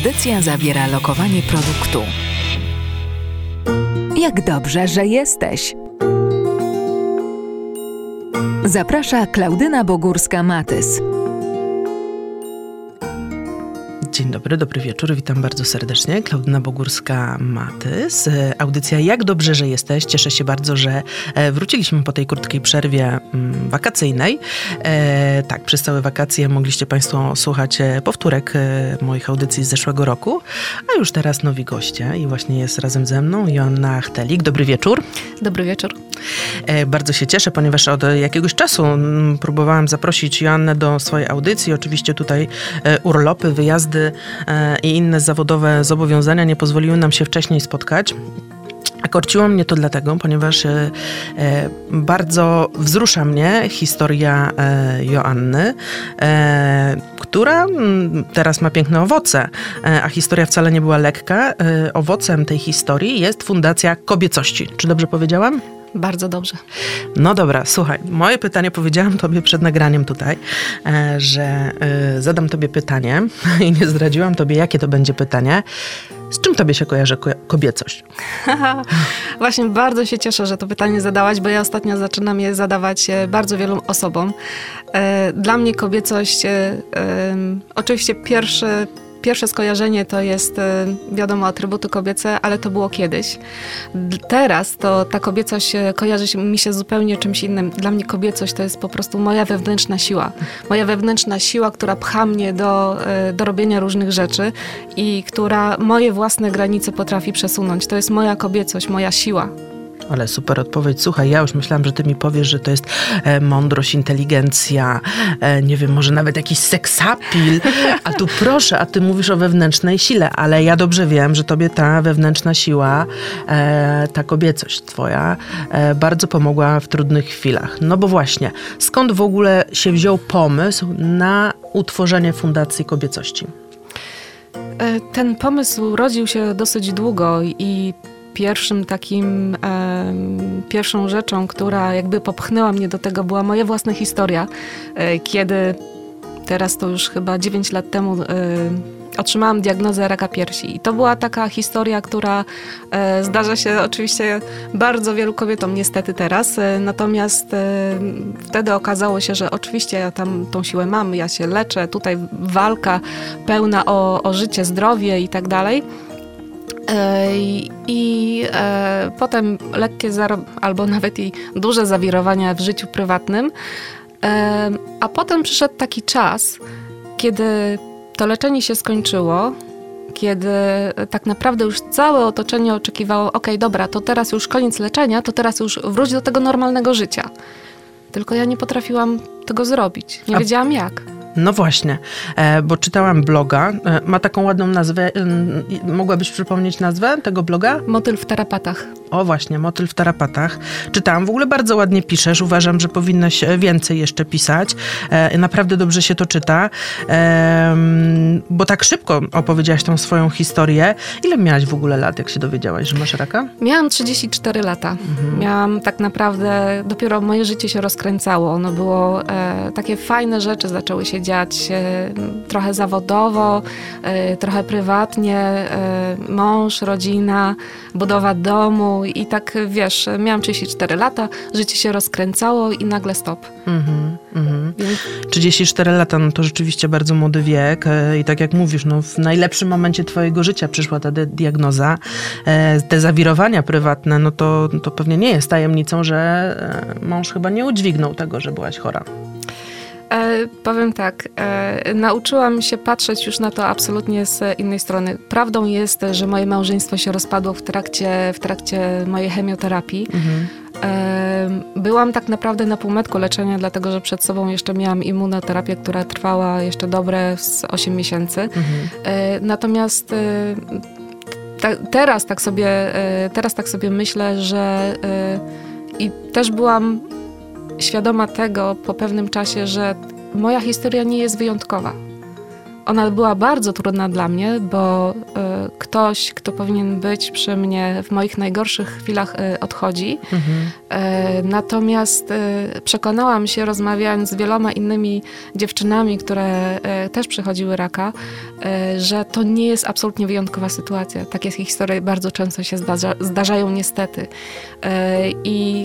Audycja zawiera lokowanie produktu. Jak dobrze, że jesteś! Zaprasza Klaudyna Bogórska-Matys. Dzień dobry, dobry wieczór, witam bardzo serdecznie. Klaudyna Bogórska-Matys. Audycja Jak dobrze, że jesteś. Cieszę się bardzo, że wróciliśmy po tej krótkiej przerwie wakacyjnej. Tak, przez całe wakacje mogliście Państwo słuchać powtórek moich audycji z zeszłego roku, a już teraz nowi goście i właśnie jest razem ze mną Joanna Achtelik. Dobry wieczór. Dobry wieczór. Bardzo się cieszę, ponieważ od jakiegoś czasu próbowałam zaprosić Joannę do swojej audycji. Oczywiście tutaj urlopy, wyjazdy i inne zawodowe zobowiązania nie pozwoliły nam się wcześniej spotkać. A korciło mnie to dlatego, ponieważ bardzo wzrusza mnie historia Joanny, która teraz ma piękne owoce, a historia wcale nie była lekka. Owocem tej historii jest Fundacja Kobiecości. Czy dobrze powiedziałam? Bardzo dobrze. No dobra, słuchaj, moje pytanie powiedziałam tobie przed nagraniem tutaj, że zadam tobie pytanie i nie zdradziłam tobie, jakie to będzie pytanie. Z czym tobie się kojarzy kobiecość? Właśnie bardzo się cieszę, że to pytanie zadałaś, bo ja ostatnio zaczynam je zadawać bardzo wielu osobom. Dla mnie kobiecość, oczywiście pierwsze skojarzenie to jest, wiadomo, atrybuty kobiece, ale to było kiedyś. Teraz to ta kobiecość kojarzy mi się zupełnie czymś innym. Dla mnie kobiecość to jest po prostu moja wewnętrzna siła. Moja wewnętrzna siła, która pcha mnie do robienia różnych rzeczy i która moje własne granice potrafi przesunąć. To jest moja kobiecość, moja siła. Ale super odpowiedź. Słuchaj, ja już myślałam, że ty mi powiesz, że to jest mądrość, inteligencja, nie wiem, może nawet jakiś seksapil. A tu proszę, a ty mówisz o wewnętrznej sile, ale ja dobrze wiem, że tobie ta wewnętrzna siła, ta kobiecość twoja bardzo pomogła w trudnych chwilach. No bo właśnie, skąd w ogóle się wziął pomysł na utworzenie Fundacji Kobiecości? Ten pomysł rodził się dosyć długo i pierwszą rzeczą, która jakby popchnęła mnie do tego, była moja własna historia, kiedy teraz to już chyba 9 lat temu otrzymałam diagnozę raka piersi. I to była taka historia, która zdarza się oczywiście bardzo wielu kobietom niestety teraz, natomiast wtedy okazało się, że oczywiście ja tam tą siłę mam, ja się leczę, tutaj walka pełna o życie, zdrowie i tak dalej. Potem lekkie albo nawet i duże zawirowania w życiu prywatnym. A potem przyszedł taki czas, kiedy to leczenie się skończyło, kiedy tak naprawdę już całe otoczenie oczekiwało, okej, dobra, to teraz już koniec leczenia, to teraz już wróć do tego normalnego życia. Tylko ja nie potrafiłam tego zrobić. Nie wiedziałam jak. No właśnie, bo czytałam bloga, ma taką ładną nazwę, mogłabyś przypomnieć nazwę tego bloga? Motyl w tarapatach. O właśnie, Motyl w tarapatach. Czytałam, w ogóle bardzo ładnie piszesz, uważam, że powinnaś więcej jeszcze pisać. Naprawdę dobrze się to czyta, bo tak szybko opowiedziałaś tą swoją historię. Ile miałaś w ogóle lat, jak się dowiedziałaś, że masz raka? Miałam 34 lata. Miałam tak naprawdę, dopiero moje życie się rozkręcało. Ono było, takie fajne rzeczy zaczęły się dziać, trochę zawodowo, trochę prywatnie, mąż, rodzina, budowa domu i tak, wiesz, miałam 34 lata, życie się rozkręcało i nagle stop. 34 lata, no to rzeczywiście bardzo młody wiek i tak jak mówisz, no w najlepszym momencie twojego życia przyszła ta diagnoza. Te zawirowania prywatne, no to pewnie nie jest tajemnicą, że mąż chyba nie udźwignął tego, że byłaś chora. Powiem tak, nauczyłam się patrzeć już na to absolutnie z innej strony. Prawdą jest, że moje małżeństwo się rozpadło w trakcie mojej chemioterapii. Byłam tak naprawdę na półmetku leczenia, dlatego że przed sobą jeszcze miałam immunoterapię, która trwała jeszcze dobre 8 miesięcy. Natomiast teraz tak sobie myślę, że i też byłam świadoma tego po pewnym czasie, że moja historia nie jest wyjątkowa. ona była bardzo trudna dla mnie, bo ktoś, kto powinien być przy mnie w moich najgorszych chwilach, odchodzi. Natomiast przekonałam się, rozmawiając z wieloma innymi dziewczynami, które też przechodziły raka, że to nie jest absolutnie wyjątkowa sytuacja. Takie historie bardzo często się zdarzają niestety. I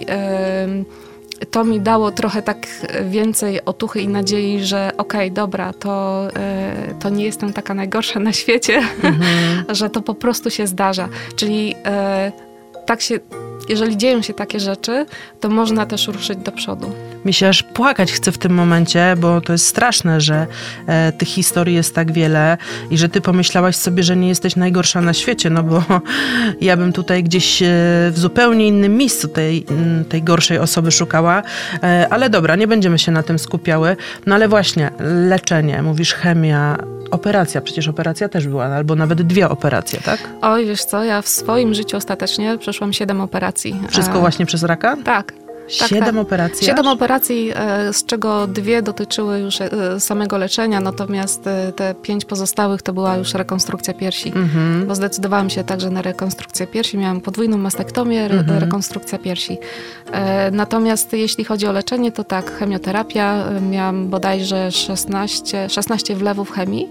to mi dało trochę tak więcej otuchy i nadziei, że okej, dobra, to nie jestem taka najgorsza na świecie, że to po prostu się zdarza. Czyli tak się, jeżeli dzieją się takie rzeczy, to można też ruszyć do przodu. Mi się aż płakać chce w tym momencie, bo to jest straszne, że tych historii jest tak wiele i że ty pomyślałaś sobie, że nie jesteś najgorsza na świecie, no bo ja bym tutaj gdzieś w zupełnie innym miejscu tej gorszej osoby szukała, ale dobra, nie będziemy się na tym skupiały. No ale właśnie, leczenie, mówisz chemia, operacja, przecież operacja też była, albo nawet 2 operacje, tak? Oj, wiesz co, ja w swoim życiu ostatecznie przeszłam 7 operacji. Wszystko właśnie przez raka? Tak. 7 operacji? 7 operacji, z czego 2 dotyczyły już samego leczenia, natomiast te 5 pozostałych to była już rekonstrukcja piersi. Bo zdecydowałam się także na rekonstrukcję piersi. Miałam podwójną mastektomię, rekonstrukcja piersi. Natomiast jeśli chodzi o leczenie, to tak, chemioterapia. Miałam bodajże 16 wlewów chemii.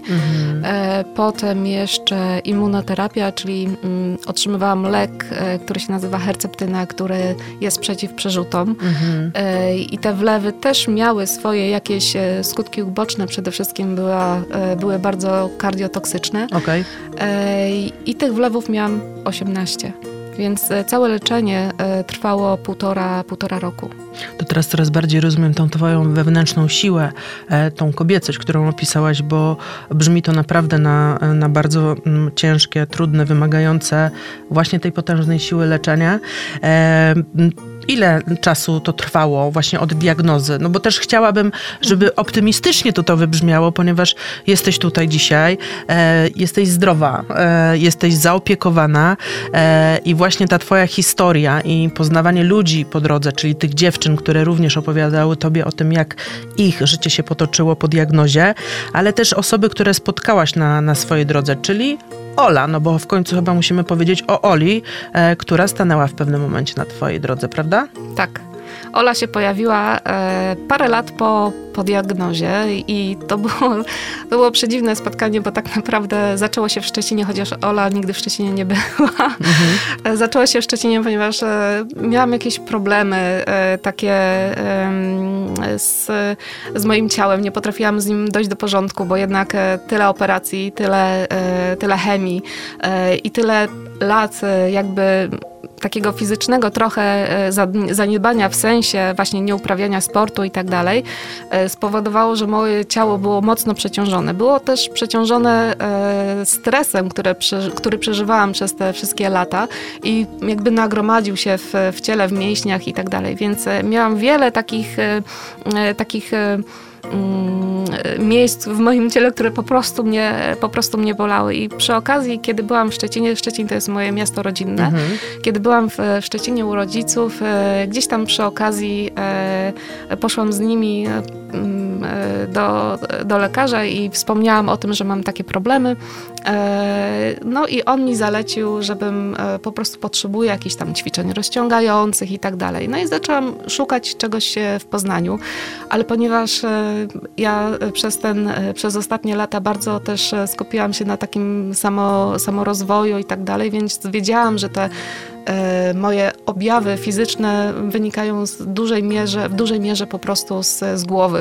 Potem jeszcze immunoterapia, czyli otrzymywałam lek, który się nazywa Herceptyna, który jest przeciw przerzutom. I te wlewy też miały swoje jakieś skutki uboczne. Przede wszystkim były bardzo kardiotoksyczne. Okay. I tych wlewów miałam 18. Więc całe leczenie trwało półtora roku. To teraz coraz bardziej rozumiem tą twoją wewnętrzną siłę, tą kobiecość, którą opisałaś, bo brzmi to naprawdę na bardzo ciężkie, trudne, wymagające właśnie tej potężnej siły leczenia. Ile czasu to trwało właśnie od diagnozy? No bo też chciałabym, żeby optymistycznie to wybrzmiało, ponieważ jesteś tutaj dzisiaj, jesteś zdrowa, jesteś zaopiekowana i właśnie ta twoja historia i poznawanie ludzi po drodze, czyli tych dziewczyn, które również opowiadały tobie o tym, jak ich życie się potoczyło po diagnozie, ale też osoby, które spotkałaś na swojej drodze, czyli Ola, no bo w końcu chyba musimy powiedzieć o Oli, która stanęła w pewnym momencie na twojej drodze, prawda? Tak. Ola się pojawiła parę lat po diagnozie i to było przedziwne spotkanie, bo tak naprawdę zaczęło się w Szczecinie, chociaż Ola nigdy w Szczecinie nie była. Zaczęło się w Szczecinie, ponieważ miałam jakieś problemy takie z moim ciałem. Nie potrafiłam z nim dojść do porządku, bo jednak tyle operacji, tyle chemii i tyle lat jakby takiego fizycznego trochę zaniedbania w sensie właśnie nieuprawiania sportu i tak dalej, spowodowało, że moje ciało było mocno przeciążone. Było też przeciążone stresem, który przeżywałam przez te wszystkie lata i jakby nagromadził się w ciele, w mięśniach i tak dalej. Więc miałam wiele takich miejsc w moim ciele, które po prostu mnie bolały. I przy okazji, kiedy byłam w Szczecinie, Szczecin to jest moje miasto rodzinne, kiedy byłam w Szczecinie u rodziców, gdzieś tam przy okazji poszłam z nimi do lekarza i wspomniałam o tym, że mam takie problemy. No i on mi zalecił, żebym po prostu potrzebuję jakichś tam ćwiczeń rozciągających i tak dalej. No i zaczęłam szukać czegoś w Poznaniu, ale ponieważ ja przez ostatnie lata bardzo też skupiłam się na takim samorozwoju i tak dalej, więc wiedziałam, że te moje objawy fizyczne wynikają w dużej mierze po prostu z głowy.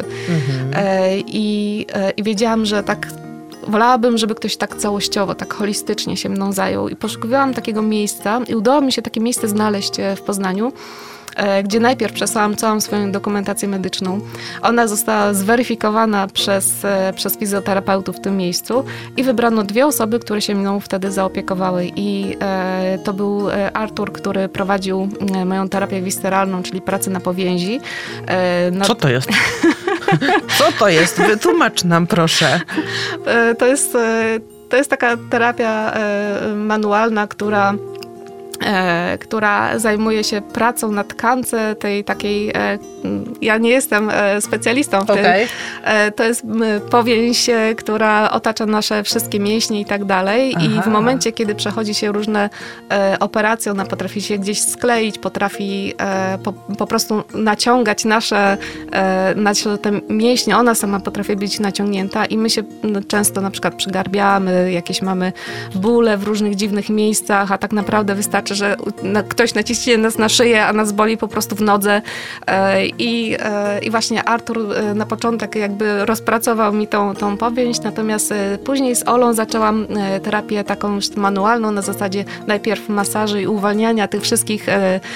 I wiedziałam, że tak wolałabym, żeby ktoś tak całościowo, tak holistycznie się mną zajął. I poszukiwałam takiego miejsca i udało mi się takie miejsce znaleźć w Poznaniu, gdzie najpierw przesłałam całą swoją dokumentację medyczną. Ona została zweryfikowana przez fizjoterapeutów w tym miejscu i wybrano 2 osoby, które się mną wtedy zaopiekowały. I to był Artur, który prowadził moją terapię wisteralną, czyli pracę na powięzi. Co to jest? Co to jest? Wytłumacz nam, proszę. To jest taka terapia manualna, która która zajmuje się pracą na tkance tej takiej, ja nie jestem specjalistą w tym, to jest powięź, która otacza nasze wszystkie mięśnie i tak dalej. I w momencie, kiedy przechodzi się różne operacje, ona potrafi się gdzieś skleić, potrafi po prostu naciągać nasze te mięśnie, ona sama potrafi być naciągnięta i my się często na przykład przygarbiamy, jakieś mamy bóle w różnych dziwnych miejscach, a tak naprawdę wystarczy, że ktoś naciśnie nas na szyję, a nas boli po prostu w nodze. I właśnie Artur na początek jakby rozpracował mi tą powięź, natomiast później z Olą zaczęłam terapię taką już manualną, na zasadzie najpierw masaży i uwalniania tych wszystkich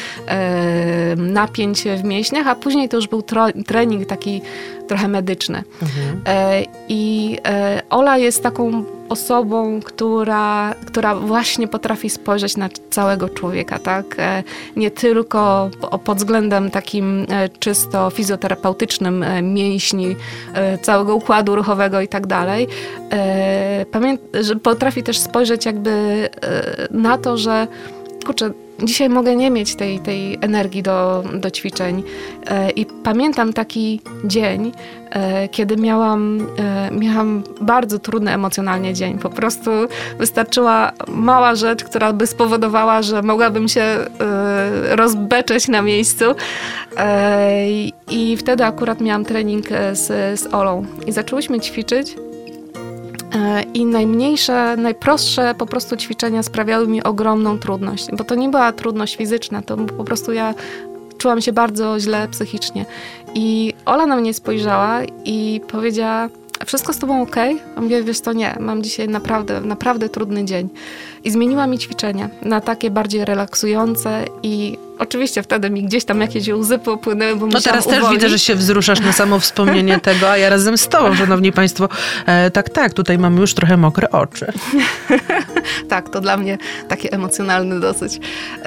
napięć w mięśniach, a później to już był trening taki trochę medyczny. I Ola jest taką osobą, która właśnie potrafi spojrzeć na całego człowieka, tak? Nie tylko pod względem takim czysto fizjoterapeutycznym mięśni, całego układu ruchowego i tak dalej. Że potrafi też spojrzeć jakby na to, że kurczę, dzisiaj mogę nie mieć tej energii do ćwiczeń. I pamiętam taki dzień, kiedy miałam bardzo trudny emocjonalnie dzień. Po prostu wystarczyła mała rzecz, która by spowodowała, że mogłabym się rozbeczeć na miejscu. I wtedy akurat miałam trening z Olą. I zaczęłyśmy ćwiczyć. I najprostsze po prostu ćwiczenia sprawiały mi ogromną trudność, bo to nie była trudność fizyczna, to po prostu ja czułam się bardzo źle psychicznie. I Ola na mnie spojrzała i powiedziała: wszystko z tobą okej? A mówię: wiesz co, nie, mam dzisiaj naprawdę trudny dzień. I zmieniła mi ćwiczenia na takie bardziej relaksujące i oczywiście wtedy mi gdzieś tam jakieś łzy popłynęły, bo musiałam teraz uwolnić. też widzę, że się wzruszasz na samo wspomnienie tego, a ja razem z tobą, szanowni państwo. Tak, tutaj mamy już trochę mokre oczy. Tak, to dla mnie takie emocjonalne dosyć.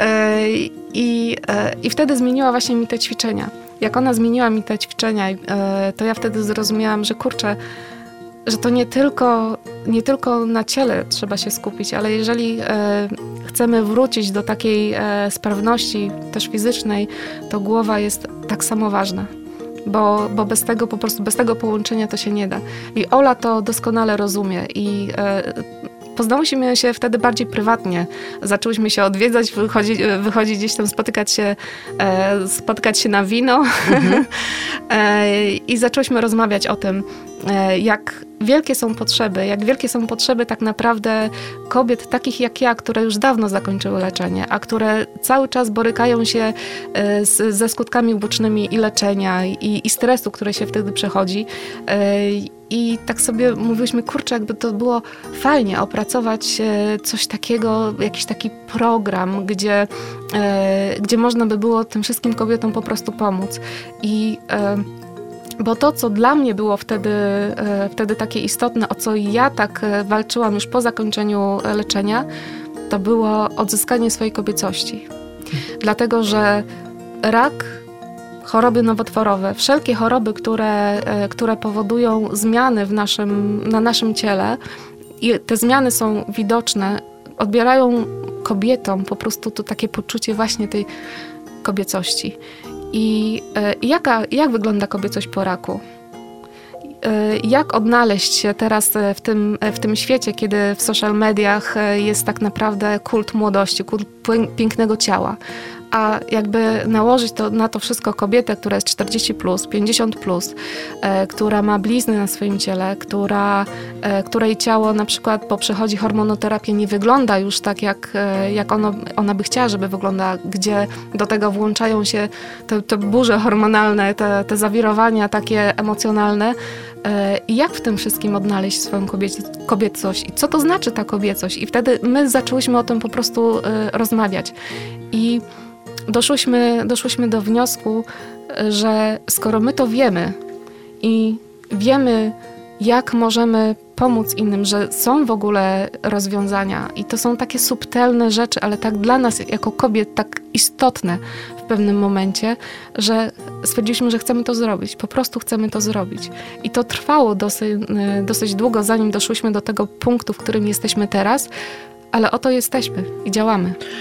I wtedy zmieniła właśnie mi te ćwiczenia. Jak ona zmieniła mi te ćwiczenia, to ja wtedy zrozumiałam, że kurczę, że to nie tylko na ciele trzeba się skupić, ale jeżeli chcemy wrócić do takiej sprawności też fizycznej, to głowa jest tak samo ważna. Bo bez tego po prostu, bez tego połączenia to się nie da. I Ola to doskonale rozumie i poznałyśmy się wtedy bardziej prywatnie. Zaczęłyśmy się odwiedzać, wychodzić gdzieś tam, spotykać się na wino. I zaczęłyśmy rozmawiać o tym, jak wielkie są potrzeby tak naprawdę kobiet takich jak ja, które już dawno zakończyły leczenie, a które cały czas borykają się ze skutkami ubocznymi i leczenia, i stresu, który się wtedy przechodzi. I tak sobie mówiłyśmy, kurczę, jakby to było fajnie opracować coś takiego, jakiś taki program, gdzie można by było tym wszystkim kobietom po prostu pomóc. Bo to, co dla mnie było wtedy takie istotne, o co ja tak walczyłam już po zakończeniu leczenia, to było odzyskanie swojej kobiecości. Dlatego, że rak, choroby nowotworowe, wszelkie choroby, które powodują zmiany na naszym ciele i te zmiany są widoczne, odbierają kobietom po prostu to takie poczucie właśnie tej kobiecości. I jak wygląda kobiecość po raku? Jak odnaleźć się teraz w tym świecie, kiedy w social mediach jest tak naprawdę kult młodości, kult pięknego ciała? A jakby nałożyć na to wszystko kobietę, która jest 40+, 50+, która ma blizny na swoim ciele, której ciało na przykład po przechodzi hormonoterapię nie wygląda już tak, jak ona by chciała, żeby wyglądała, gdzie do tego włączają się te burze hormonalne, te zawirowania takie emocjonalne. I jak w tym wszystkim odnaleźć swoją kobiecość i co to znaczy ta kobiecość? I wtedy my zaczęłyśmy o tym po prostu rozmawiać. I doszłyśmy do wniosku, że skoro my to wiemy i wiemy, jak możemy pomóc innym, że są w ogóle rozwiązania i to są takie subtelne rzeczy, ale tak dla nas jako kobiet tak istotne w pewnym momencie, że stwierdziliśmy, że chcemy to zrobić. Po prostu chcemy to zrobić. I to trwało dosyć długo, zanim doszłyśmy do tego punktu, w którym jesteśmy teraz, ale oto jesteśmy i działamy.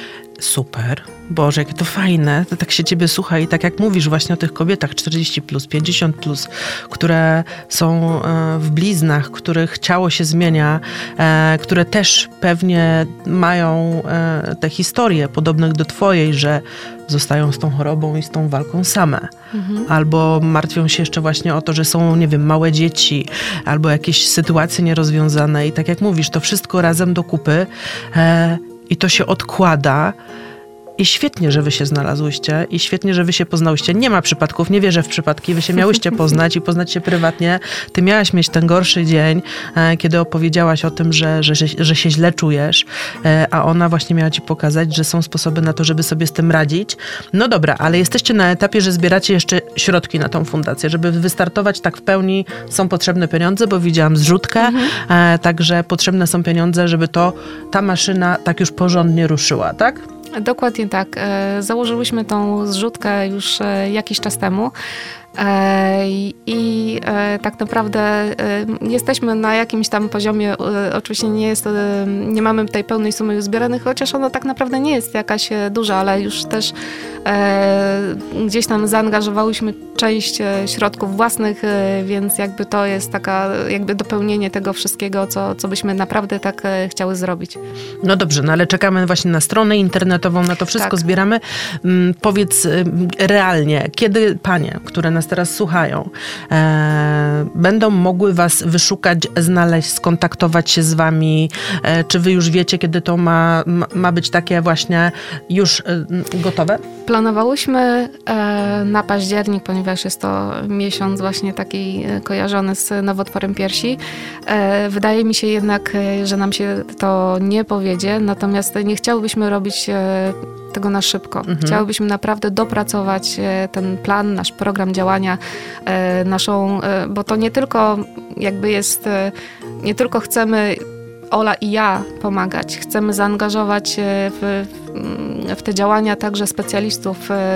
Super. Boże, jakie to fajne. To tak się ciebie słucha i tak jak mówisz właśnie o tych kobietach 40+, 50+, które są w bliznach, których ciało się zmienia, które też pewnie mają te historie podobne do twojej, że zostają z tą chorobą i z tą walką same. Albo martwią się jeszcze właśnie o to, że są, nie wiem, małe dzieci, albo jakieś sytuacje nierozwiązane i tak jak mówisz, to wszystko razem do kupy i to się odkłada. I świetnie, że wy się znalazłyście i świetnie, że wy się poznałyście. Nie ma przypadków, nie wierzę w przypadki. Wy się miałyście poznać i poznać się prywatnie. Ty miałaś mieć ten gorszy dzień, kiedy opowiedziałaś o tym, że się źle czujesz, a ona właśnie miała ci pokazać, że są sposoby na to, żeby sobie z tym radzić. No dobra, ale jesteście na etapie, że zbieracie jeszcze środki na tą fundację. Żeby wystartować tak w pełni, są potrzebne pieniądze, bo widziałam zrzutkę, także potrzebne są pieniądze, żeby ta maszyna tak już porządnie ruszyła, tak? Dokładnie tak. Założyłyśmy tą zrzutkę już jakiś czas temu. I tak naprawdę jesteśmy na jakimś tam poziomie, oczywiście nie mamy tej pełnej sumy już zbieranych, chociaż ona tak naprawdę nie jest jakaś duża, ale już też gdzieś tam zaangażowałyśmy część środków własnych, więc jakby to jest taka jakby dopełnienie tego wszystkiego, co byśmy naprawdę tak chciały zrobić. No dobrze, no ale czekamy właśnie na stronę internetową, na to wszystko tak. Zbieramy. Powiedz realnie, kiedy panie, które nas teraz słuchają, będą mogły was wyszukać, znaleźć, skontaktować się z wami? Czy wy już wiecie, kiedy to ma być takie właśnie już gotowe? Planowałyśmy na październik, ponieważ jest to miesiąc właśnie taki kojarzony z nowotworem piersi. Wydaje mi się jednak, że nam się to nie powiedzie, natomiast nie chciałybyśmy robić tego na szybko. Chciałybyśmy naprawdę dopracować ten plan, nasz program działania, bo to nie tylko jakby jest, nie tylko chcemy Ola i ja pomagać. Chcemy zaangażować w te działania także specjalistów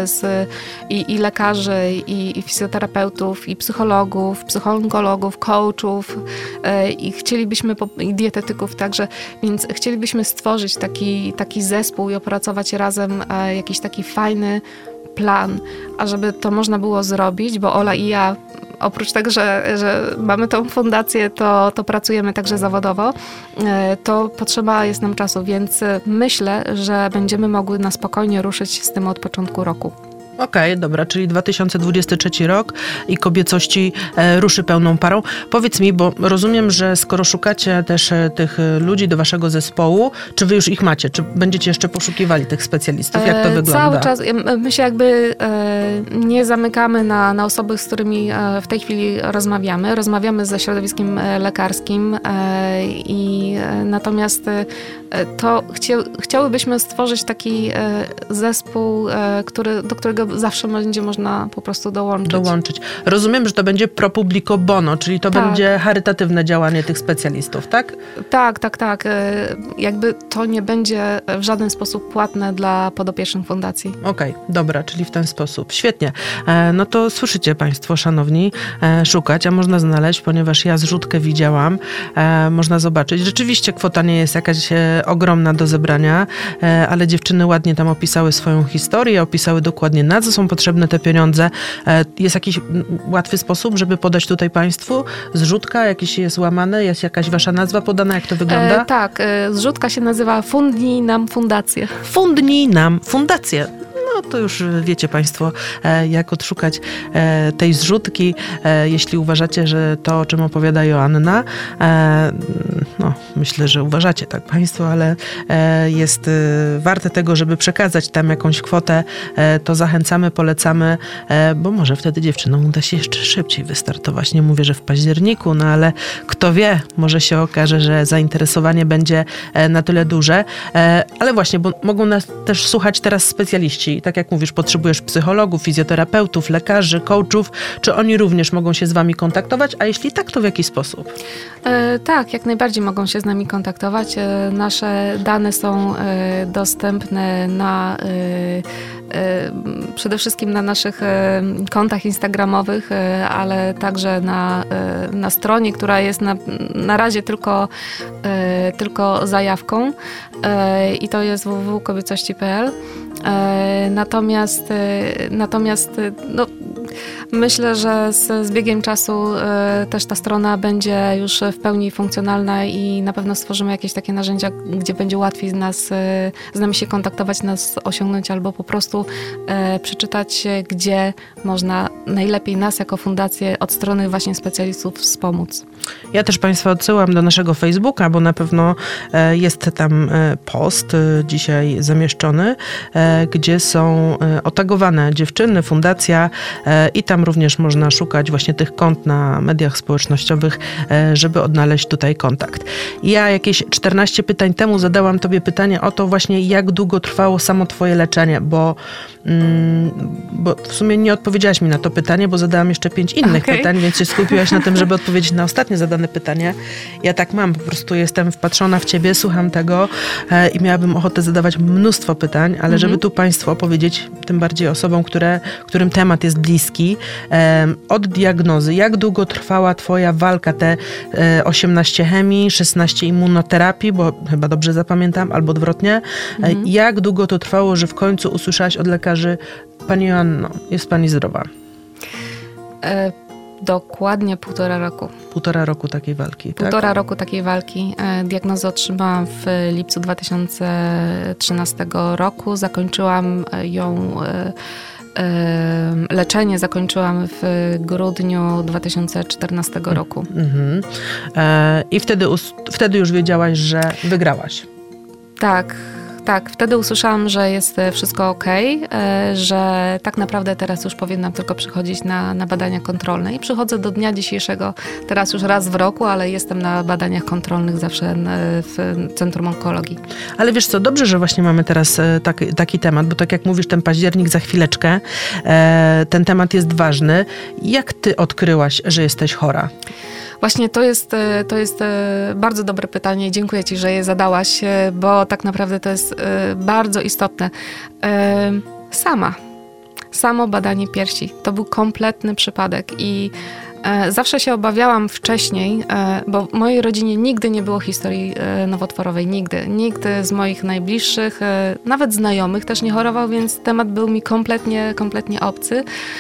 i lekarzy, i fizjoterapeutów, i psychologów, psychoonkologów, coachów i chcielibyśmy, i dietetyków także, więc chcielibyśmy stworzyć taki zespół i opracować razem jakiś taki fajny plan, a żeby to można było zrobić, bo Ola i ja oprócz tego, że mamy tą fundację, to pracujemy także zawodowo, to potrzeba jest nam czasu, więc myślę, że będziemy mogły na spokojnie ruszyć z tym od początku roku. Okej, dobra, czyli 2023 rok i kobiecości ruszy pełną parą. Powiedz mi, bo rozumiem, że skoro szukacie też tych ludzi do waszego zespołu, czy wy już ich macie? Czy będziecie jeszcze poszukiwali tych specjalistów? Jak to wygląda? Cały czas. My się jakby nie zamykamy na osoby, z którymi w tej chwili rozmawiamy. Rozmawiamy ze środowiskiem lekarskim i natomiast to chciałybyśmy stworzyć taki zespół, do którego zawsze będzie można po prostu dołączyć. Rozumiem, że to będzie pro publico bono, czyli to będzie charytatywne działanie tych specjalistów, tak? Tak. Jakby to nie będzie w żaden sposób płatne dla podopiecznych fundacji. Okej, dobra, czyli w ten sposób. Świetnie. No to słyszycie państwo, szanowni, szukać, a można znaleźć, ponieważ ja zrzutkę widziałam, można zobaczyć. Rzeczywiście kwota nie jest jakaś ogromna do zebrania, ale dziewczyny ładnie tam opisały swoją historię, opisały dokładnie na co są potrzebne te pieniądze. Jest jakiś łatwy sposób, żeby podać tutaj państwu? Zrzutka, jakiś jest łamane? Jest jakaś wasza nazwa podana? Jak to wygląda? Tak, zrzutka się nazywa Fundnij nam fundację. Fundnij nam fundację. No to już wiecie państwo, jak odszukać tej zrzutki. Jeśli uważacie, że to, o czym opowiada Joanna, no myślę, że uważacie tak państwo, ale jest warte tego, żeby przekazać tam jakąś kwotę, to zachęcamy, polecamy, bo może wtedy dziewczynom uda się jeszcze szybciej wystartować. Nie mówię, że w październiku, no ale kto wie, może się okaże, że zainteresowanie będzie na tyle duże. Ale właśnie, bo mogą nas też słuchać teraz specjaliści. Tak jak mówisz, potrzebujesz psychologów, fizjoterapeutów, lekarzy, coachów. Czy oni również mogą się z wami kontaktować? A jeśli tak, to w jaki sposób? Tak, jak najbardziej mogą się z nami kontaktować. Nasze dane są dostępne przede wszystkim na naszych kontach instagramowych, ale także na stronie, która jest na razie tylko zajawką i to jest www.kobiecości.pl. Natomiast no, myślę, że z biegiem czasu też ta strona będzie już w pełni funkcjonalna i na pewno stworzymy jakieś takie narzędzia, gdzie będzie łatwiej z nami się kontaktować, nas osiągnąć albo po prostu przeczytać, gdzie można najlepiej nas jako fundację od strony właśnie specjalistów wspomóc. Ja też Państwa odsyłam do naszego Facebooka, bo na pewno jest tam post dzisiaj zamieszczony, gdzie są otagowane dziewczyny, fundacja i tam również można szukać właśnie tych kont na mediach społecznościowych, żeby odnaleźć tutaj kontakt. Ja jakieś 14 pytań temu zadałam Tobie pytanie o to właśnie, jak długo trwało samo Twoje leczenie, bo w sumie nie odpowiedziałaś mi na to pytanie, bo zadałam jeszcze 5 innych pytań, więc się skupiłaś na tym, żeby odpowiedzieć na ostatnie zadane pytanie. Ja tak mam, po prostu jestem wpatrzona w Ciebie, słucham tego i miałabym ochotę zadawać mnóstwo pytań, ale żeby tu Państwu opowiedzieć, tym bardziej osobom, którym temat jest bliski, od diagnozy, jak długo trwała Twoja walka, te 18 chemii, 16 immunoterapii, bo chyba dobrze zapamiętam, albo odwrotnie. Jak długo to trwało, że w końcu usłyszałaś od lekarzy: Pani Joanno, jest Pani zdrowa? Dokładnie 1,5 roku. 1,5 roku takiej walki, tak? 1,5 roku takiej walki. Diagnozę otrzymałam w lipcu 2013 roku. Zakończyłam ją... Leczenie zakończyłam w grudniu 2014 roku. I wtedy już wiedziałaś, że wygrałaś. Tak, wtedy usłyszałam, że jest wszystko okej, że tak naprawdę teraz już powinnam tylko przychodzić na badania kontrolne. I przychodzę do dnia dzisiejszego, teraz już raz w roku, ale jestem na badaniach kontrolnych zawsze w Centrum Onkologii. Ale wiesz co, dobrze, że właśnie mamy teraz taki temat, bo tak jak mówisz, ten październik za chwileczkę, ten temat jest ważny. Jak ty odkryłaś, że jesteś chora? Właśnie to jest bardzo dobre pytanie. Dziękuję Ci, że je zadałaś, bo tak naprawdę to jest bardzo istotne. Samo badanie piersi. To był kompletny przypadek i zawsze się obawiałam wcześniej, bo w mojej rodzinie nigdy nie było historii nowotworowej. Nigdy. Nikt z moich najbliższych, nawet znajomych też nie chorował, więc temat był mi kompletnie obcy.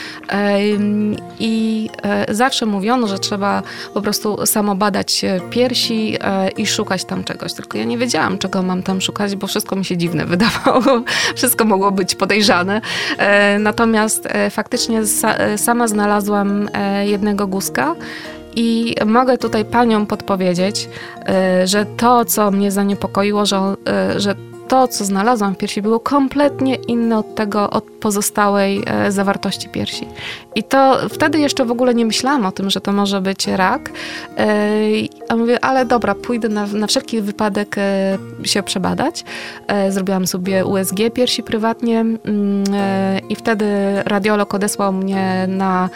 I zawsze mówiono, że trzeba po prostu samo badać piersi i szukać tam czegoś. Tylko ja nie wiedziałam, czego mam tam szukać, bo wszystko mi się dziwne wydawało. Wszystko mogło być podejrzane. Natomiast faktycznie sama znalazłam jednego guzka i mogę tutaj paniom podpowiedzieć, że to, co mnie zaniepokoiło, że to, co znalazłam w piersi, było kompletnie inne od pozostałej zawartości piersi. I to wtedy jeszcze w ogóle nie myślałam o tym, że to może być rak. A mówię, ale dobra, pójdę na wszelki wypadek się przebadać. Zrobiłam sobie USG piersi prywatnie i wtedy radiolog odesłał mnie na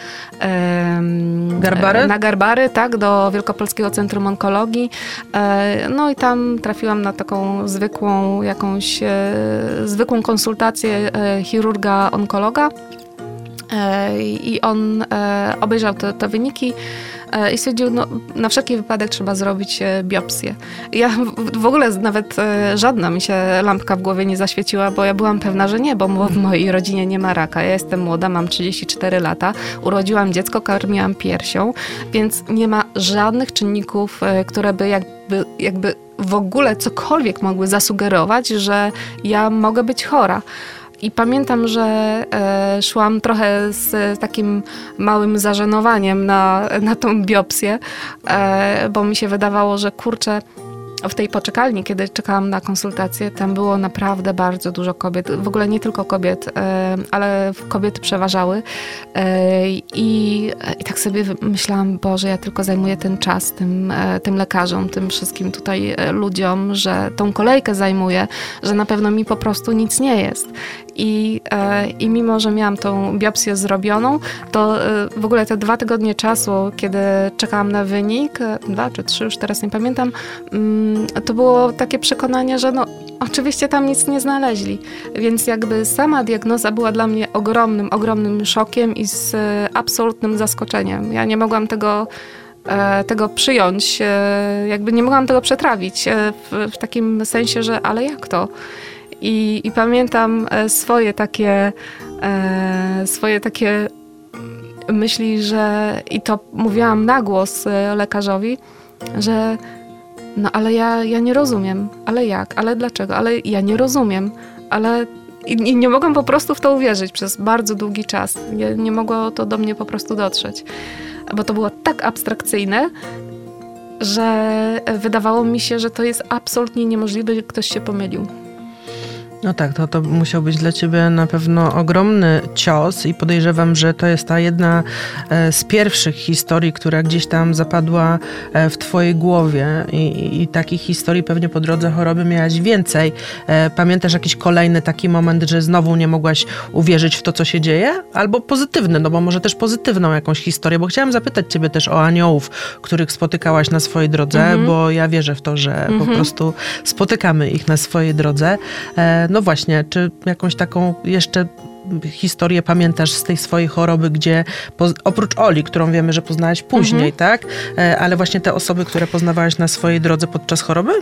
Garbary, tak, do Wielkopolskiego Centrum Onkologii. No i tam trafiłam na taką zwykłą konsultację chirurga-onkologa i on obejrzał te wyniki i stwierdził, no na wszelki wypadek trzeba zrobić biopsję. Ja w ogóle nawet żadna mi się lampka w głowie nie zaświeciła, bo ja byłam pewna, że nie, bo w mojej rodzinie nie ma raka. Ja jestem młoda, mam 34 lata, urodziłam dziecko, karmiłam piersią, więc nie ma żadnych czynników, które by jakby w ogóle cokolwiek mogły zasugerować, że ja mogę być chora. I pamiętam, że szłam trochę z takim małym zażenowaniem na tą biopsję, bo mi się wydawało, że kurczę, w tej poczekalni, kiedy czekałam na konsultację, tam było naprawdę bardzo dużo kobiet. W ogóle nie tylko kobiet, ale kobiety przeważały. I tak sobie myślałam, Boże, ja tylko zajmuję ten czas tym lekarzom, tym wszystkim tutaj ludziom, że tą kolejkę zajmuję, że na pewno mi po prostu nic nie jest. I mimo, że miałam tą biopsję zrobioną, to w ogóle te 2 tygodnie czasu, kiedy czekałam na wynik, 2 czy 3, już teraz nie pamiętam, to było takie przekonanie, że no oczywiście tam nic nie znaleźli. Więc jakby sama diagnoza była dla mnie ogromnym szokiem i z absolutnym zaskoczeniem. Ja nie mogłam tego przyjąć, jakby nie mogłam tego przetrawić w takim sensie, że ale jak to? I pamiętam swoje takie myśli, że i to mówiłam na głos lekarzowi, że no ale ja nie rozumiem, ale jak, ale dlaczego, ale ja nie rozumiem, ale i nie mogłam po prostu w to uwierzyć przez bardzo długi czas. Nie mogło to do mnie po prostu dotrzeć, bo to było tak abstrakcyjne, że wydawało mi się, że to jest absolutnie niemożliwe, że ktoś się pomylił. No tak, to musiał być dla ciebie na pewno ogromny cios i podejrzewam, że to jest ta jedna z pierwszych historii, która gdzieś tam zapadła w twojej głowie i takich historii pewnie po drodze choroby miałaś więcej. Pamiętasz jakiś kolejny taki moment, że znowu nie mogłaś uwierzyć w to, co się dzieje? Albo pozytywny, no bo może też pozytywną jakąś historię, bo chciałam zapytać ciebie też o aniołów, których spotykałaś na swojej drodze, bo ja wierzę w to, że po prostu spotykamy ich na swojej drodze. No właśnie, czy jakąś taką jeszcze historię pamiętasz z tej swojej choroby, gdzie oprócz Oli, którą wiemy, że poznałaś później, tak? Ale właśnie te osoby, które poznawałaś na swojej drodze podczas choroby?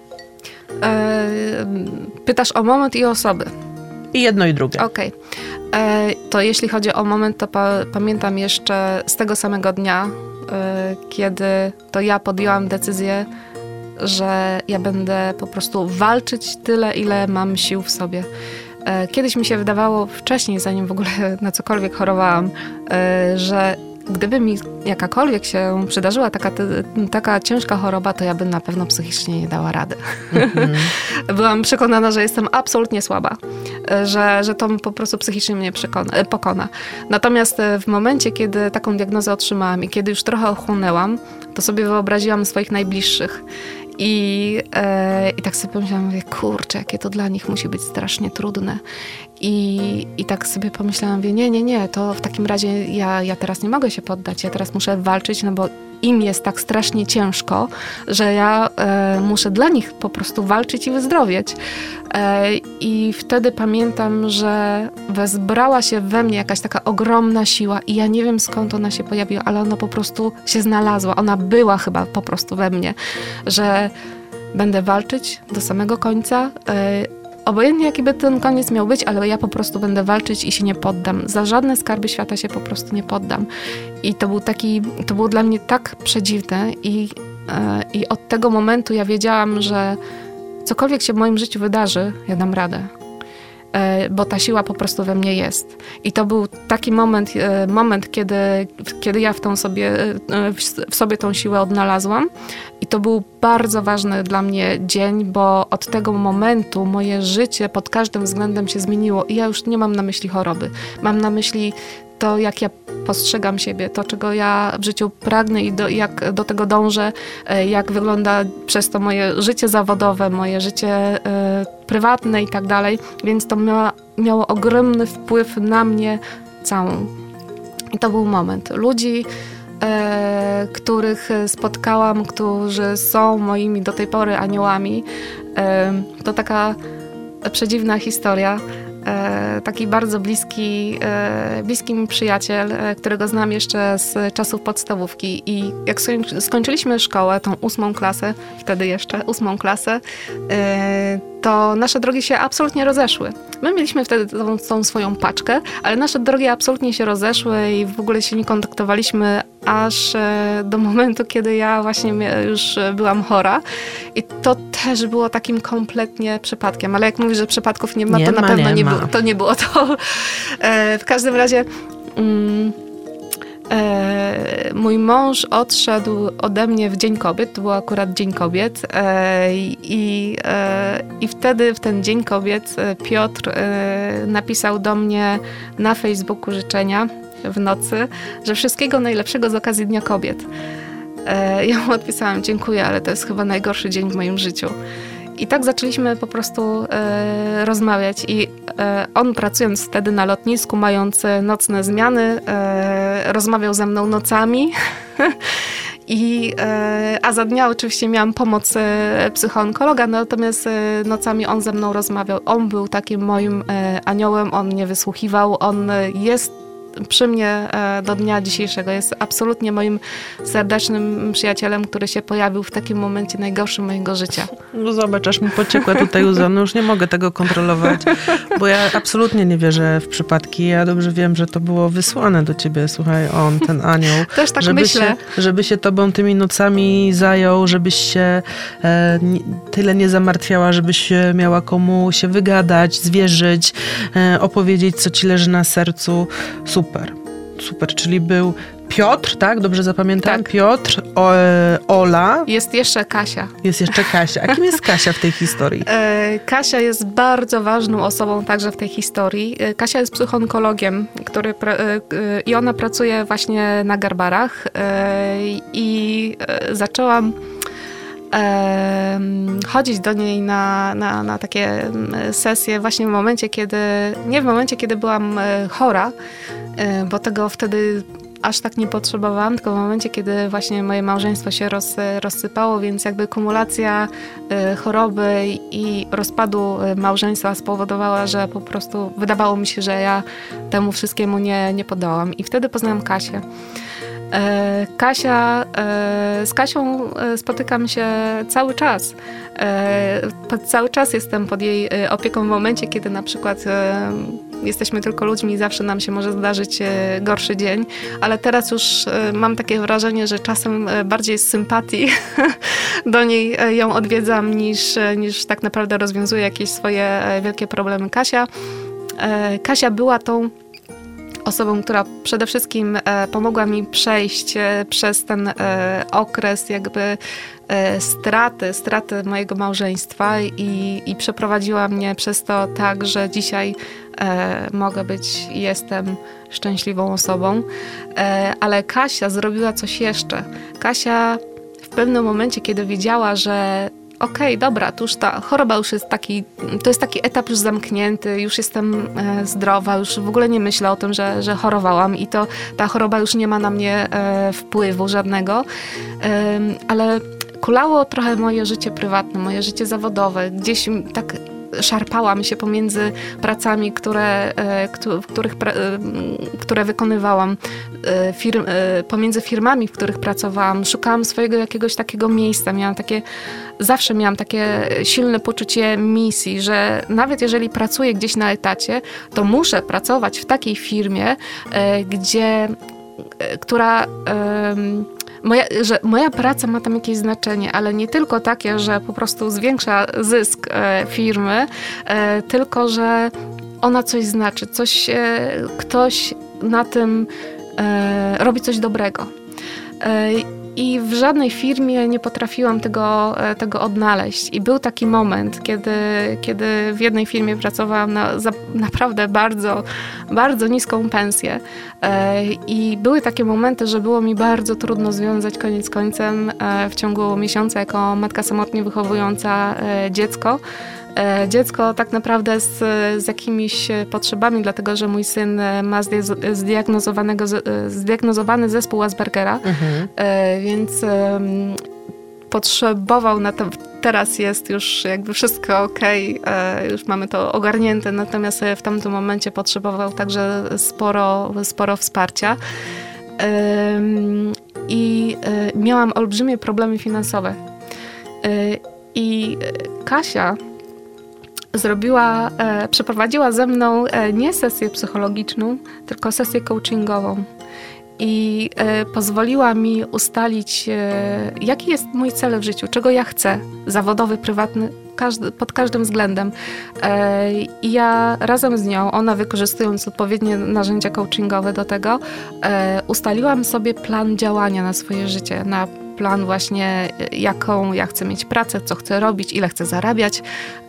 Pytasz o moment i o osoby. I jedno i drugie. Okej. To jeśli chodzi o moment, to pamiętam jeszcze z tego samego dnia, kiedy to ja podjęłam decyzję, że ja będę po prostu walczyć tyle, ile mam sił w sobie. Kiedyś mi się wydawało wcześniej, zanim w ogóle na cokolwiek chorowałam, że gdyby mi jakakolwiek się przydarzyła taka ciężka choroba, to ja bym na pewno psychicznie nie dała rady. Byłam przekonana, że jestem absolutnie słaba, że to po prostu psychicznie mnie pokona. Natomiast w momencie, kiedy taką diagnozę otrzymałam i kiedy już trochę ochłonęłam, to sobie wyobraziłam swoich najbliższych. I tak sobie pomyślałam, mówię, kurczę, jakie to dla nich musi być strasznie trudne. I tak sobie pomyślałam, mówię, nie, to w takim razie ja teraz nie mogę się poddać, ja teraz muszę walczyć, no bo im jest tak strasznie ciężko, że ja muszę dla nich po prostu walczyć i wyzdrowieć. I wtedy pamiętam, że wezbrała się we mnie jakaś taka ogromna siła i ja nie wiem, skąd ona się pojawiła, ale ona po prostu się znalazła. Ona była chyba po prostu we mnie, że będę walczyć do samego końca. Obojętnie jaki by ten koniec miał być, ale ja po prostu będę walczyć i się nie poddam. Za żadne skarby świata się po prostu nie poddam. I to było dla mnie tak przedziwne i od tego momentu ja wiedziałam, że cokolwiek się w moim życiu wydarzy, ja dam radę. Bo ta siła po prostu we mnie jest. I to był taki moment, kiedy ja w sobie tą siłę odnalazłam. I to był bardzo ważny dla mnie dzień, bo od tego momentu moje życie pod każdym względem się zmieniło. I ja już nie mam na myśli choroby. Mam na myśli to, jak ja postrzegam siebie, to, czego ja w życiu pragnę i jak do tego dążę, jak wygląda przez to moje życie zawodowe, moje życie prywatne i tak dalej. Więc to miało ogromny wpływ na mnie całą. I to był moment. Ludzi, których spotkałam, którzy są moimi do tej pory aniołami, to taka przedziwna historia. Taki bardzo bliski mi przyjaciel, którego znam jeszcze z czasów podstawówki i jak skończyliśmy szkołę, tą 8. klasę, wtedy jeszcze 8. klasę, to nasze drogi się absolutnie rozeszły. My mieliśmy wtedy tą swoją paczkę, ale nasze drogi absolutnie się rozeszły i w ogóle się nie kontaktowaliśmy aż do momentu, kiedy ja właśnie już byłam chora. I to też było takim kompletnie przypadkiem. Ale jak mówisz, że przypadków nie ma, to na pewno nie było to. W każdym razie Mój mąż odszedł ode mnie w Dzień Kobiet, to był akurat Dzień Kobiet i wtedy w ten Dzień Kobiet Piotr napisał do mnie na Facebooku życzenia w nocy, że wszystkiego najlepszego z okazji Dnia Kobiet. Ja mu odpisałam, dziękuję, ale to jest chyba najgorszy dzień w moim życiu. I tak zaczęliśmy po prostu rozmawiać i on, pracując wtedy na lotnisku, mając nocne zmiany, rozmawiał ze mną nocami. A za dnia oczywiście miałam pomoc psychoonkologa, natomiast nocami on ze mną rozmawiał. On był takim moim aniołem, on mnie wysłuchiwał, on jest przy mnie do dnia dzisiejszego. Jest absolutnie moim serdecznym przyjacielem, który się pojawił w takim momencie najgorszym mojego życia. No zobacz, aż mi pociekła tutaj łza. No już nie mogę tego kontrolować, bo ja absolutnie nie wierzę w przypadki. Ja dobrze wiem, że to było wysłane do ciebie, słuchaj, on, ten anioł. Też tak myślę. Żeby się tobą tymi nocami zajął, żebyś się tyle nie zamartwiała, żebyś miała komu się wygadać, zwierzyć, opowiedzieć, co ci leży na sercu. Super, czyli był Piotr, tak? Dobrze zapamiętam? Tak. Piotr, Ola. Jest jeszcze Kasia. A kim jest Kasia w tej historii? Kasia jest bardzo ważną osobą także w tej historii. Kasia jest psychoonkologiem, i ona pracuje właśnie na Garbarach. I zaczęłam chodzić do niej na takie sesje właśnie nie w momencie, kiedy byłam chora, bo tego wtedy aż tak nie potrzebowałam, tylko w momencie, kiedy właśnie moje małżeństwo się rozsypało, więc jakby kumulacja choroby i rozpadu małżeństwa spowodowała, że po prostu wydawało mi się, że ja temu wszystkiemu nie podołam. I wtedy poznałam Kasię. Z Kasią spotykam się cały czas. Cały czas jestem pod jej opieką w momencie, kiedy na przykład jesteśmy tylko ludźmi i zawsze nam się może zdarzyć gorszy dzień, ale teraz już mam takie wrażenie, że czasem bardziej z sympatii do niej ją odwiedzam, niż tak naprawdę rozwiązuję jakieś swoje wielkie problemy. Kasia była tą osobą, która przede wszystkim pomogła mi przejść przez ten okres jakby straty mojego małżeństwa i przeprowadziła mnie przez to tak, że dzisiaj mogę być i jestem szczęśliwą osobą. Ale Kasia zrobiła coś jeszcze. Kasia w pewnym momencie, kiedy wiedziała, że okej, dobra, to już ta choroba już jest to jest taki etap już zamknięty, już jestem zdrowa, już w ogóle nie myślę o tym, że chorowałam i ta choroba już nie ma na mnie wpływu żadnego, ale kulało trochę moje życie prywatne, moje życie zawodowe, gdzieś tak szarpałam się pomiędzy pracami, które wykonywałam, pomiędzy firmami, w których pracowałam. Szukałam swojego jakiegoś takiego miejsca. Zawsze miałam takie silne poczucie misji, że nawet jeżeli pracuję gdzieś na etacie, to muszę pracować w takiej firmie, że moja praca ma tam jakieś znaczenie, ale nie tylko takie, że po prostu zwiększa zysk firmy, tylko że ona coś znaczy, ktoś na tym robi coś dobrego. I w żadnej firmie nie potrafiłam tego odnaleźć. I był taki moment, kiedy w jednej firmie pracowałam za naprawdę bardzo, bardzo niską pensję. I były takie momenty, że było mi bardzo trudno związać koniec z końcem w ciągu miesiąca jako matka samotnie wychowująca dziecko. Dziecko tak naprawdę z jakimiś potrzebami, dlatego że mój syn ma zdiagnozowany zespół Aspergera, więc potrzebował teraz jest już jakby wszystko okej, już mamy to ogarnięte, natomiast w tamtym momencie potrzebował także sporo wsparcia. I miałam olbrzymie problemy finansowe. I Kasia przeprowadziła ze mną nie sesję psychologiczną, tylko sesję coachingową. I pozwoliła mi ustalić, jaki jest mój cel w życiu, czego ja chcę, zawodowy, prywatny, pod każdym względem. I ja razem z nią, ona wykorzystując odpowiednie narzędzia coachingowe do tego, ustaliłam sobie plan działania na swoje życie, na plan właśnie, jaką ja chcę mieć pracę, co chcę robić, ile chcę zarabiać,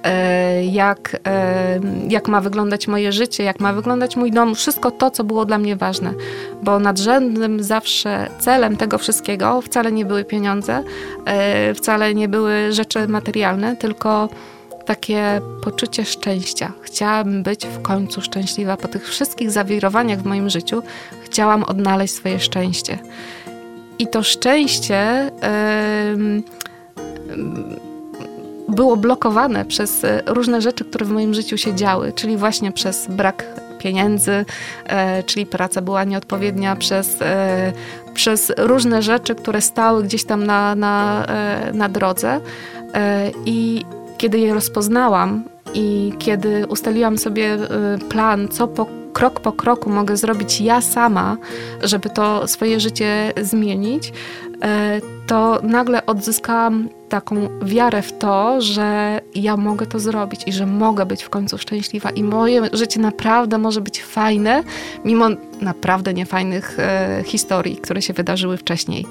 jak ma wyglądać moje życie, jak ma wyglądać mój dom, wszystko to, co było dla mnie ważne. Bo nadrzędnym zawsze celem tego wszystkiego wcale nie były pieniądze, wcale nie były rzeczy materialne, tylko takie poczucie szczęścia. Chciałabym być w końcu szczęśliwa. Po tych wszystkich zawirowaniach w moim życiu chciałam odnaleźć swoje szczęście. I to szczęście było blokowane przez różne rzeczy, które w moim życiu się działy, czyli właśnie przez brak pieniędzy, czyli praca była nieodpowiednia, przez różne rzeczy, które stały gdzieś tam na drodze. I kiedy je rozpoznałam i kiedy ustaliłam sobie plan, co krok po kroku mogę zrobić ja sama, żeby to swoje życie zmienić, to nagle odzyskałam taką wiarę w to, że ja mogę to zrobić i że mogę być w końcu szczęśliwa i moje życie naprawdę może być fajne, mimo naprawdę niefajnych historii, które się wydarzyły wcześniej.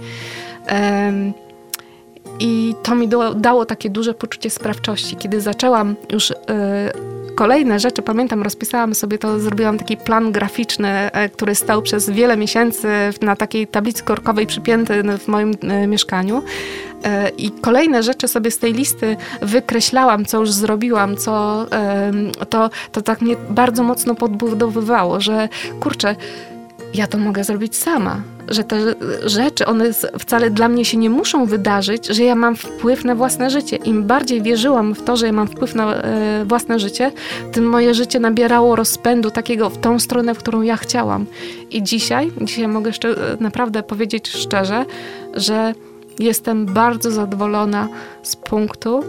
I to mi dało takie duże poczucie sprawczości. Kiedy zaczęłam już kolejne rzeczy, pamiętam, rozpisałam sobie to, zrobiłam taki plan graficzny, który stał przez wiele miesięcy na takiej tablicy korkowej przypięty w moim mieszkaniu. I kolejne rzeczy sobie z tej listy wykreślałam, co już zrobiłam, to tak mnie bardzo mocno podbudowywało, że kurczę, ja to mogę zrobić sama, że te rzeczy, one wcale dla mnie się nie muszą wydarzyć, że ja mam wpływ na własne życie. Im bardziej wierzyłam w to, że ja mam wpływ na własne życie, tym moje życie nabierało rozpędu takiego w tą stronę, w którą ja chciałam. I dzisiaj mogę naprawdę powiedzieć szczerze, że jestem bardzo zadowolona z punktu,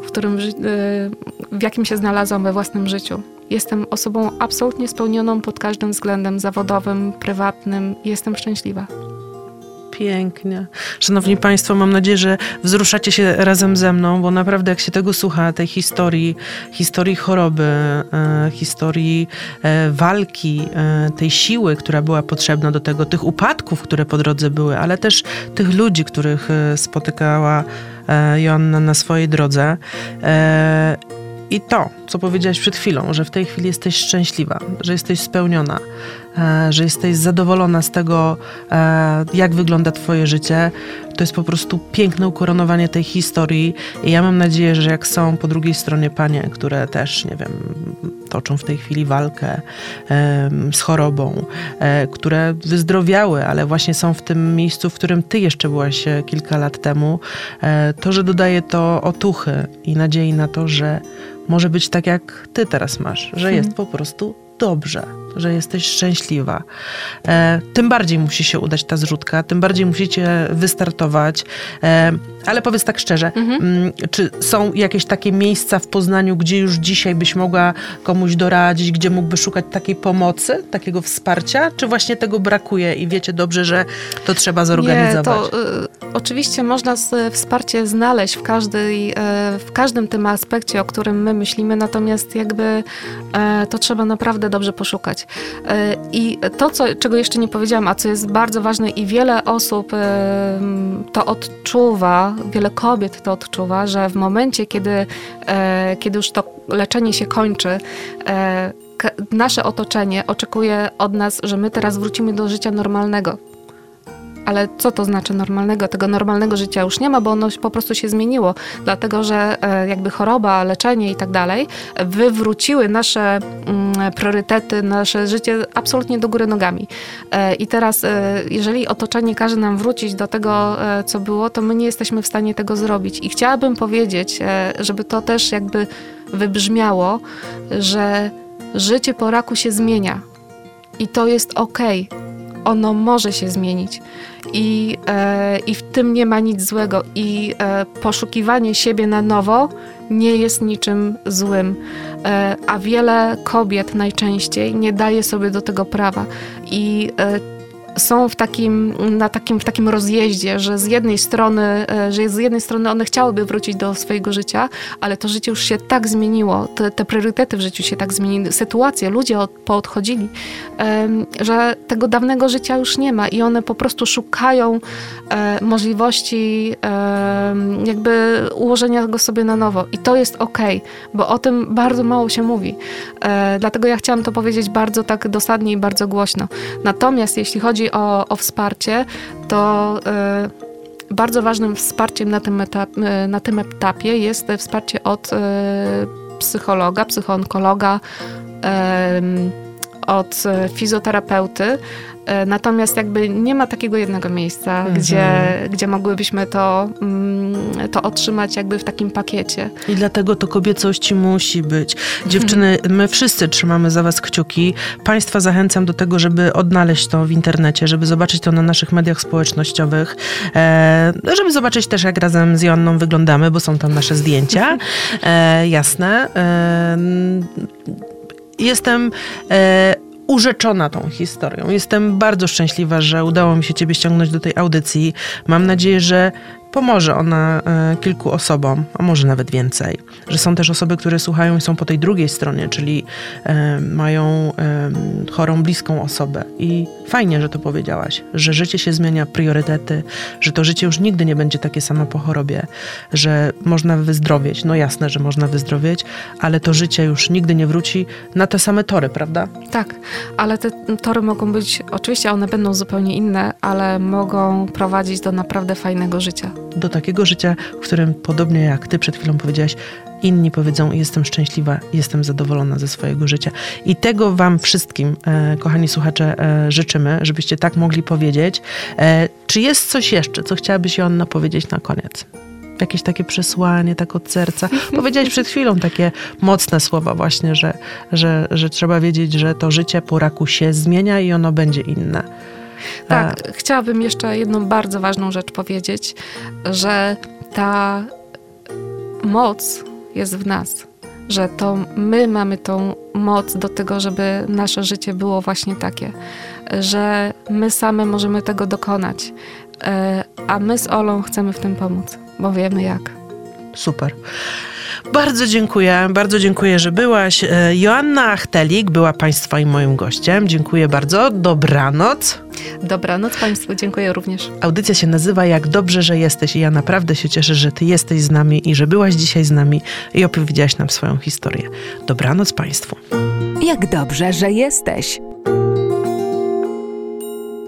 w jakim się znalazłam we własnym życiu. Jestem osobą absolutnie spełnioną pod każdym względem zawodowym, prywatnym. Jestem szczęśliwa. Pięknie. Szanowni Państwo, mam nadzieję, że wzruszacie się razem ze mną, bo naprawdę jak się tego słucha, tej historii choroby, historii walki, tej siły, która była potrzebna do tego, tych upadków, które po drodze były, ale też tych ludzi, których spotykała Joanna na swojej drodze. I to, co powiedziałaś przed chwilą, że w tej chwili jesteś szczęśliwa, że jesteś spełniona, że jesteś zadowolona z tego, jak wygląda twoje życie, to jest po prostu piękne ukoronowanie tej historii. I ja mam nadzieję, że jak są po drugiej stronie panie, które też, nie wiem, toczą w tej chwili walkę z chorobą, które wyzdrowiały, ale właśnie są w tym miejscu, w którym ty jeszcze byłaś kilka lat temu, to, że dodaje to otuchy i nadziei na to, że może być tak, jak ty teraz masz, że jest po prostu dobrze, że jesteś szczęśliwa. Tym bardziej musi się udać ta zrzutka, tym bardziej musicie wystartować. Ale powiedz tak szczerze, czy są jakieś takie miejsca w Poznaniu, gdzie już dzisiaj byś mogła komuś doradzić, gdzie mógłby szukać takiej pomocy, takiego wsparcia? Czy właśnie tego brakuje i wiecie dobrze, że to trzeba zorganizować? Nie, oczywiście można wsparcie znaleźć w każdym tym aspekcie, o którym my myślimy, natomiast jakby to trzeba naprawdę dobrze poszukać. I to, czego jeszcze nie powiedziałam, a co jest bardzo ważne i wiele osób to odczuwa, wiele kobiet to odczuwa, że w momencie, kiedy już to leczenie się kończy, nasze otoczenie oczekuje od nas, że my teraz wrócimy do życia normalnego. Ale co to znaczy normalnego? Tego normalnego życia już nie ma, bo ono po prostu się zmieniło. Dlatego, że jakby choroba, leczenie i tak dalej wywróciły nasze priorytety, nasze życie absolutnie do góry nogami. I teraz, jeżeli otoczenie każe nam wrócić do tego, co było, to my nie jesteśmy w stanie tego zrobić. I chciałabym powiedzieć, żeby to też jakby wybrzmiało, że życie po raku się zmienia. I to jest okej. Ono może się zmienić i w tym nie ma nic złego i poszukiwanie siebie na nowo nie jest niczym złym, a wiele kobiet najczęściej nie daje sobie do tego prawa i są w takim rozjeździe, że z jednej strony one chciałyby wrócić do swojego życia, ale to życie już się tak zmieniło, te priorytety w życiu się tak zmieniły, sytuacje, ludzie poodchodzili, że tego dawnego życia już nie ma i one po prostu szukają możliwości jakby ułożenia go sobie na nowo. I to jest okej, bo o tym bardzo mało się mówi. Dlatego ja chciałam to powiedzieć bardzo tak dosadnie i bardzo głośno. Natomiast jeśli chodzi o wsparcie, to bardzo ważnym wsparciem na tym etapie jest wsparcie od psychologa, psychoonkologa, od fizjoterapeuty. Natomiast jakby nie ma takiego jednego miejsca, gdzie mogłybyśmy to otrzymać jakby w takim pakiecie. I dlatego to kobiecość musi być. Dziewczyny, my wszyscy trzymamy za was kciuki. Państwa zachęcam do tego, żeby odnaleźć to w internecie, żeby zobaczyć to na naszych mediach społecznościowych, żeby zobaczyć też, jak razem z Joanną wyglądamy, bo są tam nasze zdjęcia. Jasne. Jestem urzeczona tą historią. Jestem bardzo szczęśliwa, że udało mi się ciebie ściągnąć do tej audycji. Mam nadzieję, że pomoże ona kilku osobom, a może nawet więcej. Że są też osoby, które słuchają i są po tej drugiej stronie, czyli mają chorą, bliską osobę. I fajnie, że to powiedziałaś, że życie się zmienia, priorytety, że to życie już nigdy nie będzie takie samo po chorobie, że można wyzdrowieć. No jasne, że można wyzdrowieć, ale to życie już nigdy nie wróci na te same tory, prawda? Tak, ale te tory mogą być, oczywiście one będą zupełnie inne, ale mogą prowadzić do naprawdę fajnego życia. Do takiego życia, w którym podobnie jak ty przed chwilą powiedziałaś, inni powiedzą: jestem szczęśliwa, jestem zadowolona ze swojego życia. I tego wam wszystkim, kochani słuchacze, życzymy, żebyście tak mogli powiedzieć. Czy jest coś jeszcze, co chciałabyś, Joanna, powiedzieć na koniec? Jakieś takie przesłanie, tak od serca. Powiedziałaś przed chwilą takie mocne słowa właśnie, że trzeba wiedzieć, że to życie po raku się zmienia i ono będzie inne. Tak, chciałabym jeszcze jedną bardzo ważną rzecz powiedzieć, że ta moc jest w nas, że to my mamy tą moc do tego, żeby nasze życie było właśnie takie, że my same możemy tego dokonać, a my z Olą chcemy w tym pomóc, bo wiemy jak. Super. Bardzo dziękuję, że byłaś. Joanna Achtelik była Państwa i moim gościem. Dziękuję bardzo. Dobranoc. Dobranoc Państwu, dziękuję również. Audycja się nazywa Jak dobrze, że jesteś i ja naprawdę się cieszę, że Ty jesteś z nami i że byłaś dzisiaj z nami i opowiedziałaś nam swoją historię. Dobranoc Państwu. Jak dobrze, że jesteś.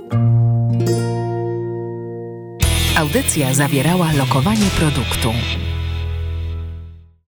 Audycja zawierała lokowanie produktu.